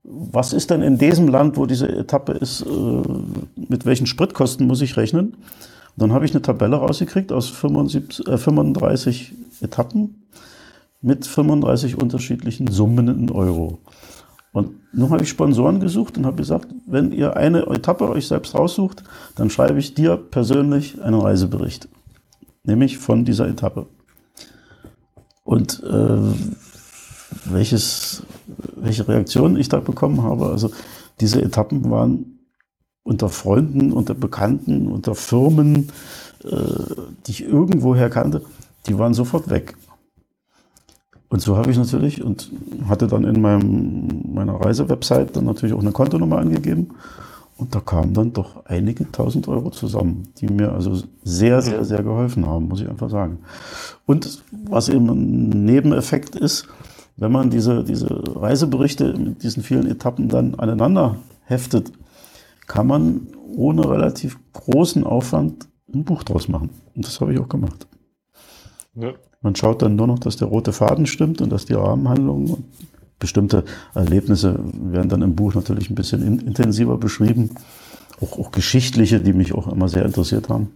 was ist denn in diesem Land, wo diese Etappe ist, mit welchen Spritkosten muss ich rechnen? Und dann habe ich eine Tabelle rausgekriegt aus 35 Etappen mit 35 unterschiedlichen Summen in Euro. Und nun habe ich Sponsoren gesucht und habe gesagt, wenn ihr eine Etappe euch selbst raussucht, dann schreibe ich dir persönlich einen Reisebericht, nämlich von dieser Etappe. Und welche Reaktion ich da bekommen habe, also diese Etappen waren unter Freunden, unter Bekannten, unter Firmen, die ich irgendwoher kannte, die waren sofort weg. Und so habe ich natürlich und hatte dann in meiner Reisewebsite dann natürlich auch eine Kontonummer angegeben. Und da kamen dann doch einige 1.000 Euro zusammen, die mir also sehr, sehr, sehr geholfen haben, muss ich einfach sagen. Und was eben ein Nebeneffekt ist, wenn man diese Reiseberichte mit diesen vielen Etappen dann aneinander heftet, kann man ohne relativ großen Aufwand ein Buch draus machen. Und das habe ich auch gemacht. Ja. Man schaut dann nur noch, dass der rote Faden stimmt und dass die Rahmenhandlungen und bestimmte Erlebnisse werden dann im Buch natürlich ein bisschen intensiver beschrieben. Auch geschichtliche, die mich auch immer sehr interessiert haben.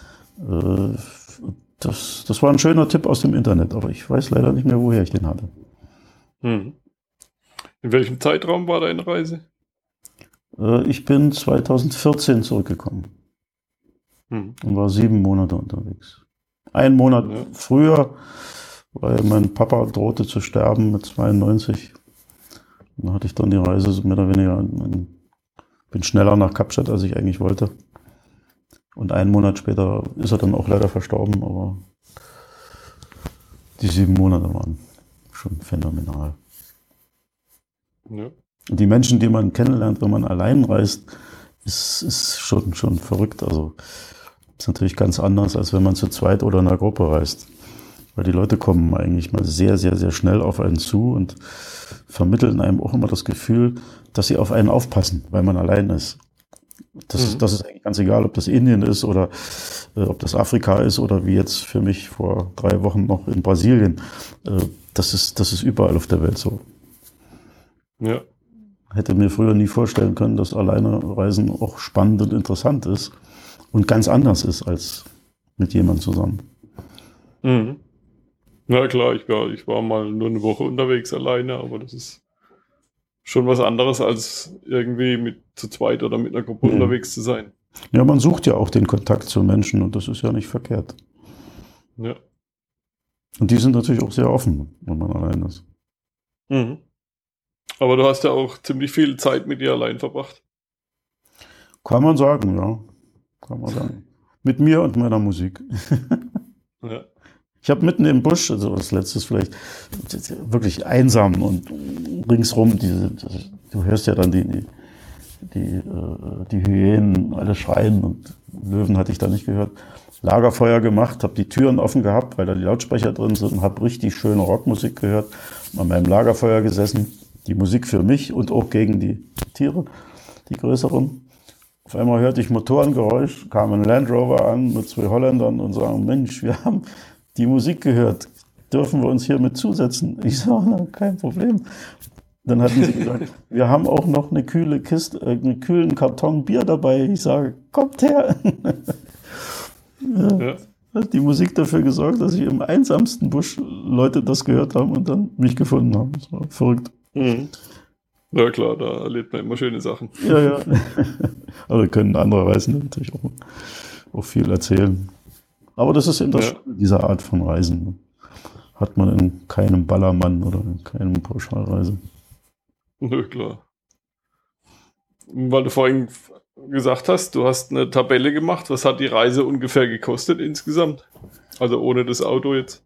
Das war ein schöner Tipp aus dem Internet, aber ich weiß leider nicht mehr, woher ich den hatte. In welchem Zeitraum war deine Reise? Ich bin 2014 zurückgekommen und war 7 Monate unterwegs. 1 Monat früher, weil mein Papa drohte zu sterben mit 92. Und da hatte ich dann die Reise mehr oder weniger, bin schneller nach Kapstadt, als ich eigentlich wollte. Und 1 Monat später ist er dann auch leider verstorben, aber die 7 Monate waren schon phänomenal. Ja. Und die Menschen, die man kennenlernt, wenn man allein reist, ist schon verrückt. Also ist natürlich ganz anders, als wenn man zu zweit oder in einer Gruppe reist. Weil die Leute kommen eigentlich mal sehr, sehr, sehr schnell auf einen zu und vermitteln einem auch immer das Gefühl, dass sie auf einen aufpassen, weil man allein ist. Das ist eigentlich ganz egal, ob das Indien ist oder ob das Afrika ist oder wie jetzt für mich vor 3 Wochen noch in Brasilien. Das ist überall auf der Welt so. Ja. Hätte mir früher nie vorstellen können, dass alleine Reisen auch spannend und interessant ist und ganz anders ist als mit jemandem zusammen. Mhm. Na klar, ich war mal nur eine Woche unterwegs alleine, aber das ist schon was anderes, als irgendwie zu zweit oder mit einer Gruppe unterwegs zu sein. Ja, man sucht ja auch den Kontakt zu Menschen und das ist ja nicht verkehrt. Ja. Und die sind natürlich auch sehr offen, wenn man allein ist. Mhm. Aber du hast ja auch ziemlich viel Zeit mit dir allein verbracht. Kann man sagen, ja. Kann man sagen. Mit mir und meiner Musik. Ja. Ich habe mitten im Busch, also das letzte ist vielleicht wirklich einsam und ringsrum, du hörst ja dann die Hyänen alle schreien und Löwen hatte ich da nicht gehört. Lagerfeuer gemacht, habe die Türen offen gehabt, weil da die Lautsprecher drin sind und habe richtig schöne Rockmusik gehört, an meinem Lagerfeuer gesessen, die Musik für mich und auch gegen die Tiere, die größeren. Auf einmal hörte ich Motorengeräusch, kam ein Land Rover an mit 2 Holländern und sagen, Mensch, wir haben die Musik gehört, dürfen wir uns hier mit zusetzen? Ich sage, na, kein Problem. Dann hatten sie gesagt, wir haben auch noch eine kühle Kiste, einen kühlen Karton Bier dabei. Ich sage, kommt her. Ja. Hat die Musik dafür gesorgt, dass ich im einsamsten Busch Leute das gehört haben und dann mich gefunden haben. Das war verrückt. Mhm. Ja klar, da erlebt man immer schöne Sachen. Ja. Aber können andere Reisende natürlich auch viel erzählen. Aber das ist eben das Schöne dieser Art von Reisen. Hat man in keinem Ballermann oder in keinem Pauschalreise. Nö, klar. Weil du vorhin gesagt hast, du hast eine Tabelle gemacht. Was hat die Reise ungefähr gekostet insgesamt? Also ohne das Auto jetzt?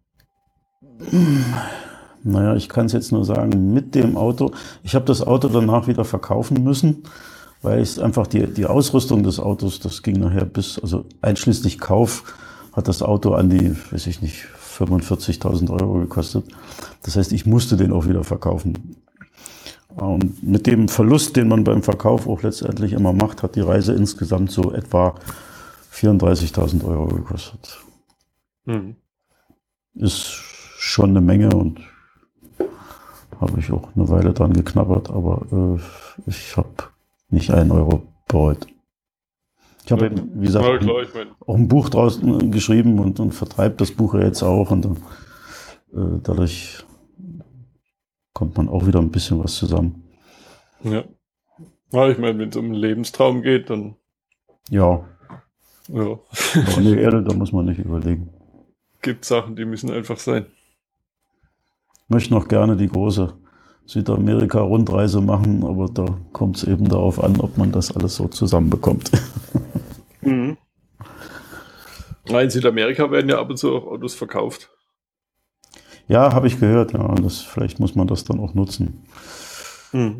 Naja, ich kann es jetzt nur sagen, mit dem Auto. Ich habe das Auto danach wieder verkaufen müssen, weil es einfach die Ausrüstung des Autos, das ging nachher also einschließlich Kauf, hat das Auto an die, weiß ich nicht, 45.000 Euro gekostet. Das heißt, ich musste den auch wieder verkaufen. Und mit dem Verlust, den man beim Verkauf auch letztendlich immer macht, hat die Reise insgesamt so etwa 34.000 Euro gekostet. Ist schon eine Menge und habe ich auch eine Weile dran geknabbert, aber ich habe nicht 1 Euro bereut. Ich habe eben, wie gesagt, Ja, klar, ich mein, auch ein Buch draus geschrieben und vertreibe das Buch ja jetzt auch und dann, dadurch kommt man auch wieder ein bisschen was zusammen. ja. Ja, ich meine, wenn es um einen Lebenstraum geht, dann Ja, ja, aber nee, Erde, da muss man nicht überlegen. gibt Sachen, die müssen einfach sein. Ich möchte noch gerne die große Südamerika-Rundreise machen, aber da kommt es eben darauf an, ob man das alles so zusammenbekommt. Mhm. Ja, in Südamerika werden ja ab und zu auch Autos verkauft. Ja, habe ich gehört, ja, vielleicht muss man das dann auch nutzen, Mhm.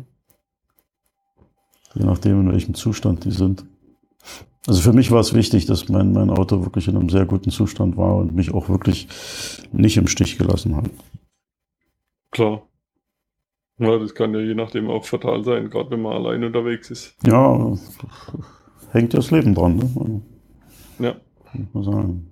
je nachdem, in welchem Zustand die sind. Also für mich war es wichtig, dass mein Auto wirklich in einem sehr guten Zustand war und mich auch wirklich nicht im Stich gelassen hat. Klar. Ja, das kann ja je nachdem auch fatal sein, gerade wenn man allein unterwegs ist. Ja, hängt ja das Leben dran, ne? Ja. Muss man sagen.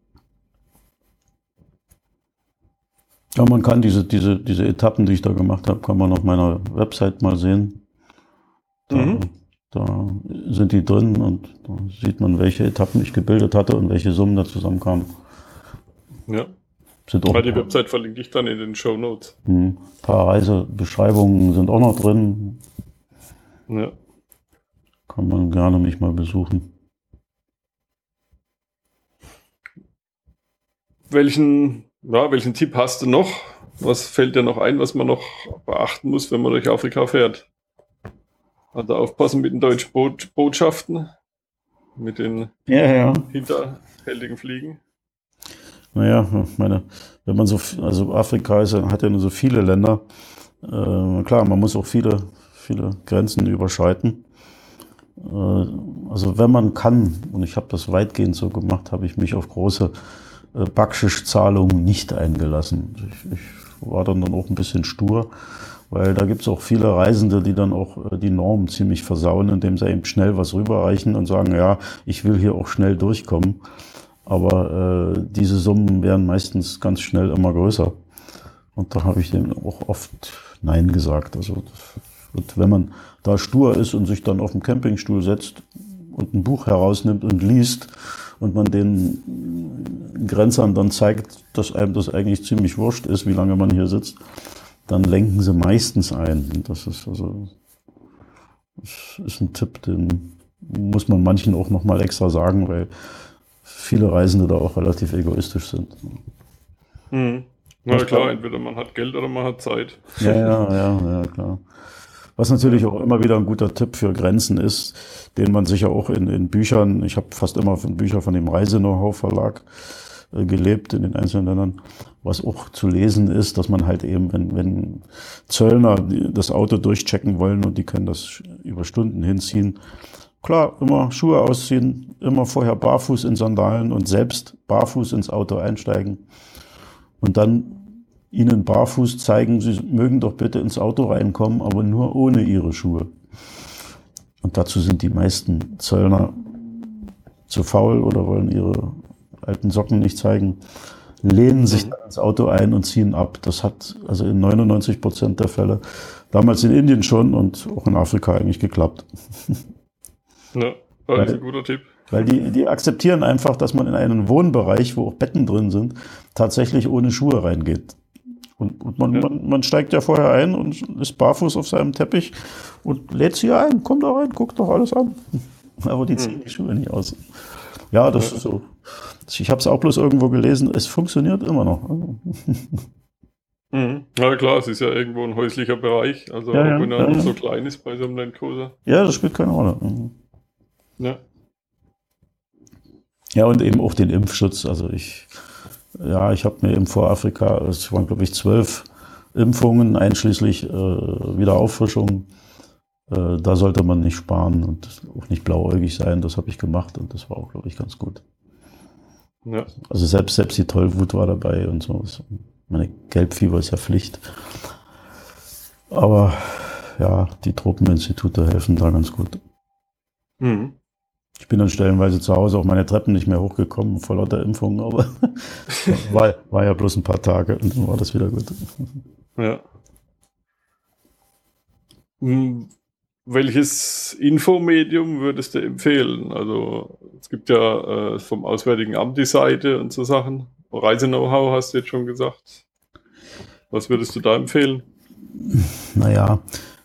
Ja, man kann diese Etappen, die ich da gemacht habe, kann man auf meiner Website mal sehen. Mhm. Da sind die drin und da sieht man, welche Etappen ich gebildet hatte und welche Summen da zusammenkamen. Ja. Sind auch Ja, die Website verlinke ich dann in den Shownotes. ein paar Reisebeschreibungen sind auch noch drin. Ja. Kann man gerne mich mal besuchen. Welchen Tipp hast du noch? Was fällt dir noch ein, was man noch beachten muss, wenn man durch Afrika fährt? Also aufpassen mit den deutschen Botschaften, mit den Ja. hinterhältigen Fliegen. Naja, wenn man also Afrika hat ja nur so viele Länder. Klar, man muss auch viele Grenzen überschreiten. Also wenn man kann, und ich habe das weitgehend so gemacht, habe ich mich auf große Backschisch-Zahlungen nicht eingelassen. Ich war dann auch ein bisschen stur, weil da gibt es auch viele Reisende, die dann auch die Normen ziemlich versauen, indem sie eben schnell was rüberreichen und sagen, ja, ich will hier auch schnell durchkommen. Aber diese Summen werden meistens ganz schnell immer größer. Und da habe ich denen auch oft Nein gesagt. Also wenn man da stur ist und sich dann auf den Campingstuhl setzt und ein Buch herausnimmt und liest und man den Grenzern dann zeigt, dass einem das eigentlich ziemlich wurscht ist, wie lange man hier sitzt, dann lenken sie meistens ein. Und das ist ein Tipp, den muss man manchen auch nochmal extra sagen, weil viele Reisende da auch relativ egoistisch sind. Mhm. Na klar, entweder man hat Geld oder man hat Zeit. Ja, klar. Was natürlich auch immer wieder ein guter Tipp für Grenzen ist, den man sicher auch in Büchern, ich habe fast immer Bücher von dem Reise-Know-how-Verlag gelebt in den einzelnen Ländern, was auch zu lesen ist, dass man halt eben, wenn Zöllner das Auto durchchecken wollen und die können das über Stunden hinziehen, klar, immer Schuhe ausziehen, immer vorher barfuß in Sandalen und selbst barfuß ins Auto einsteigen und dann ihnen barfuß zeigen, sie mögen doch bitte ins Auto reinkommen, aber nur ohne ihre Schuhe. Und dazu sind die meisten Zöllner zu faul oder wollen ihre alten Socken nicht zeigen, lehnen sich dann ins Auto ein und ziehen ab. Das hat also in 99% der Fälle damals in Indien schon und auch in Afrika eigentlich geklappt. Ja, das ist ein guter Tipp. Weil die akzeptieren einfach, dass man in einen Wohnbereich, wo auch Betten drin sind, tatsächlich ohne Schuhe reingeht. Und man steigt ja vorher ein und ist barfuß auf seinem Teppich und lädt sie ein, kommt da rein, guckt doch alles an. Aber die ziehen die Schuhe nicht aus. Ja, das ist so. Ich habe es auch bloß irgendwo gelesen, es funktioniert immer noch. Mhm. Ja klar, es ist ja irgendwo ein häuslicher Bereich, also auch wenn er noch so klein ist bei so einem Landcruiser. Ja, das spielt keine Rolle. Ja. Ja, und eben auch den Impfschutz. Also ich habe mir eben vor Afrika, es waren glaube ich 12 Impfungen, einschließlich Wiederauffrischung. Da sollte man nicht sparen und auch nicht blauäugig sein. Das habe ich gemacht und das war auch, glaube ich, ganz gut. Ja. Also selbst die Tollwut war dabei und so. Meine Gelbfieber ist ja Pflicht. Aber ja, die Tropeninstitute helfen da ganz gut. Mhm. Ich bin dann stellenweise zu Hause auf meine Treppen nicht mehr hochgekommen vor lauter Impfungen, aber war ja bloß ein paar Tage und dann war das wieder gut. Ja. Welches Infomedium würdest du empfehlen? Also es gibt ja vom Auswärtigen Amt die Seite und so Sachen. Reise-Know-how hast du jetzt schon gesagt. Was würdest du da empfehlen? Naja,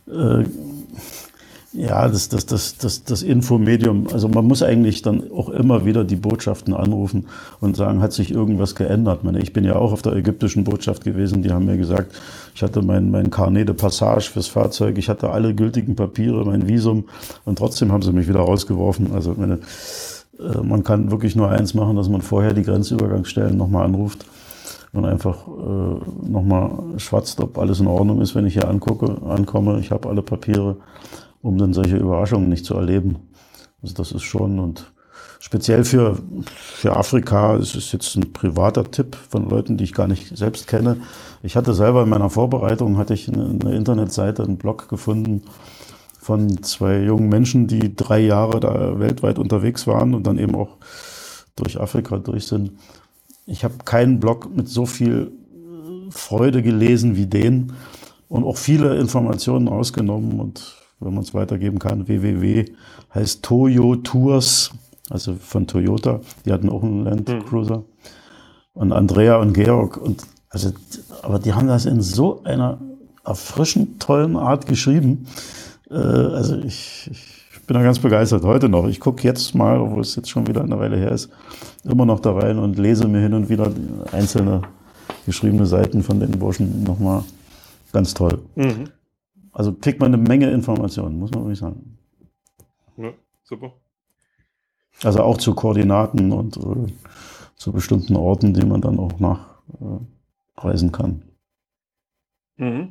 ja, das Infomedium, also man muss eigentlich dann auch immer wieder die Botschaften anrufen und sagen, hat sich irgendwas geändert? Ich bin ja auch auf der ägyptischen Botschaft gewesen, die haben mir gesagt, ich hatte mein Carnet de Passage fürs Fahrzeug, ich hatte alle gültigen Papiere, mein Visum und trotzdem haben sie mich wieder rausgeworfen. Also man kann wirklich nur eins machen, dass man vorher die Grenzübergangsstellen nochmal anruft und einfach nochmal schwatzt, ob alles in Ordnung ist, wenn ich hier ankomme, ich habe alle Papiere, um dann solche Überraschungen nicht zu erleben. Also das ist schon, und speziell für Afrika, es ist jetzt ein privater Tipp von Leuten, die ich gar nicht selbst kenne. Ich hatte selber in meiner Vorbereitung, hatte ich eine Internetseite, einen Blog gefunden von 2 jungen Menschen, die 3 Jahre da weltweit unterwegs waren und dann eben auch durch Afrika durch sind. Ich habe keinen Blog mit so viel Freude gelesen wie den und auch viele Informationen rausgenommen, und wenn man es weitergeben kann, www heißt Toyo Tours, also von Toyota, die hatten auch einen Land Cruiser, und Andrea und Georg, und also, aber die haben das in so einer erfrischend tollen Art geschrieben, also ich bin da ganz begeistert, heute noch. Ich gucke jetzt mal, obwohl es jetzt schon wieder eine Weile her ist, immer noch da rein und lese mir hin und wieder einzelne geschriebene Seiten von den Burschen nochmal. Ganz toll. Mhm. Also kriegt man eine Menge Informationen, muss man wirklich sagen. Ja, super. Also auch zu Koordinaten und zu bestimmten Orten, die man dann auch nachreisen kann. Mhm.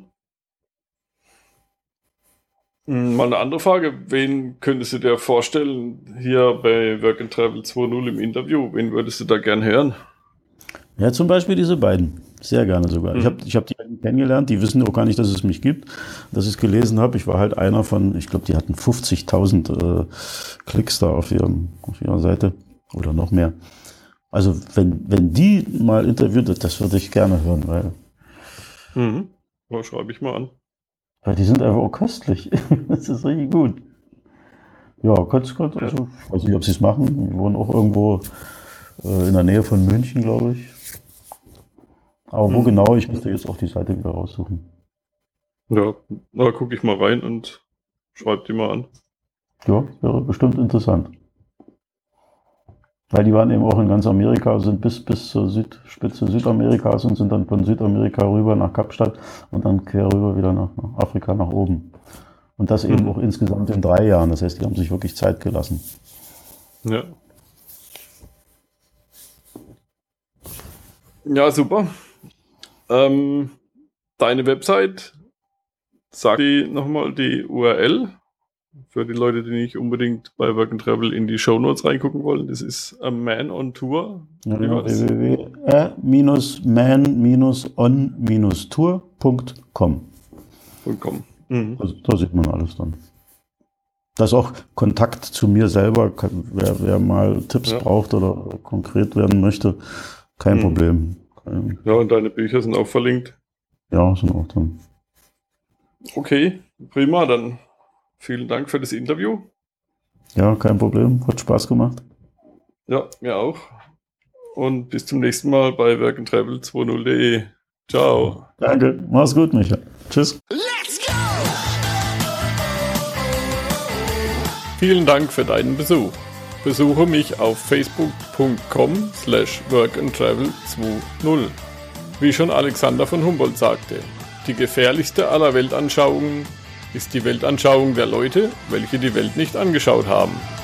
Mal eine andere Frage. Wen könntest du dir vorstellen, hier bei Work and Travel 2.0 im Interview? Wen würdest du da gern hören? Ja, zum Beispiel diese beiden. Sehr gerne sogar. Ich hab die kennengelernt, die wissen auch gar nicht, dass es mich gibt, dass ich es gelesen habe. Ich war halt einer von, ich glaube, die hatten 50.000 Klicks da auf ihrer Seite oder noch mehr. Also wenn die mal interviewt, das würde ich gerne hören, weil Ja, schreibe ich mal an. Weil die sind einfach auch köstlich. Das ist richtig gut. Ja, also, ich weiß nicht, ob sie es machen. Die wohnen auch irgendwo in der Nähe von München, glaube ich. Aber wo genau, ich müsste jetzt auch die Seite wieder raussuchen. Ja, da gucke ich mal rein und schreibe die mal an. Ja, wäre bestimmt interessant. Weil die waren eben auch in ganz Amerika, sind bis zur Südspitze Südamerikas und sind dann von Südamerika rüber nach Kapstadt und dann quer rüber wieder nach Afrika nach oben. Und das eben auch insgesamt in 3 Jahren. Das heißt, die haben sich wirklich Zeit gelassen. Ja. Ja, super. Deine Website, sag die nochmal die URL für die Leute, die nicht unbedingt bei Work and Travel in die Shownotes reingucken wollen. Das ist A Man on Tour. Ja, www.man-on-tour.com. Also, da sieht man alles dann. Da ist auch Kontakt zu mir selber, wer mal Tipps braucht oder konkret werden möchte, kein Problem. Ja, und deine Bücher sind auch verlinkt. Ja, sind auch drin. Okay, prima, dann vielen Dank für das Interview. Ja, kein Problem, hat Spaß gemacht. Ja, mir auch. Und bis zum nächsten Mal bei Work and Travel 2.0.de. Ciao. Danke, mach's gut, Micha. Tschüss. Let's go! Vielen Dank für deinen Besuch. Besuche mich auf facebook.com/workandtravel20. Wie schon Alexander von Humboldt sagte, die gefährlichste aller Weltanschauungen ist die Weltanschauung der Leute, welche die Welt nicht angeschaut haben.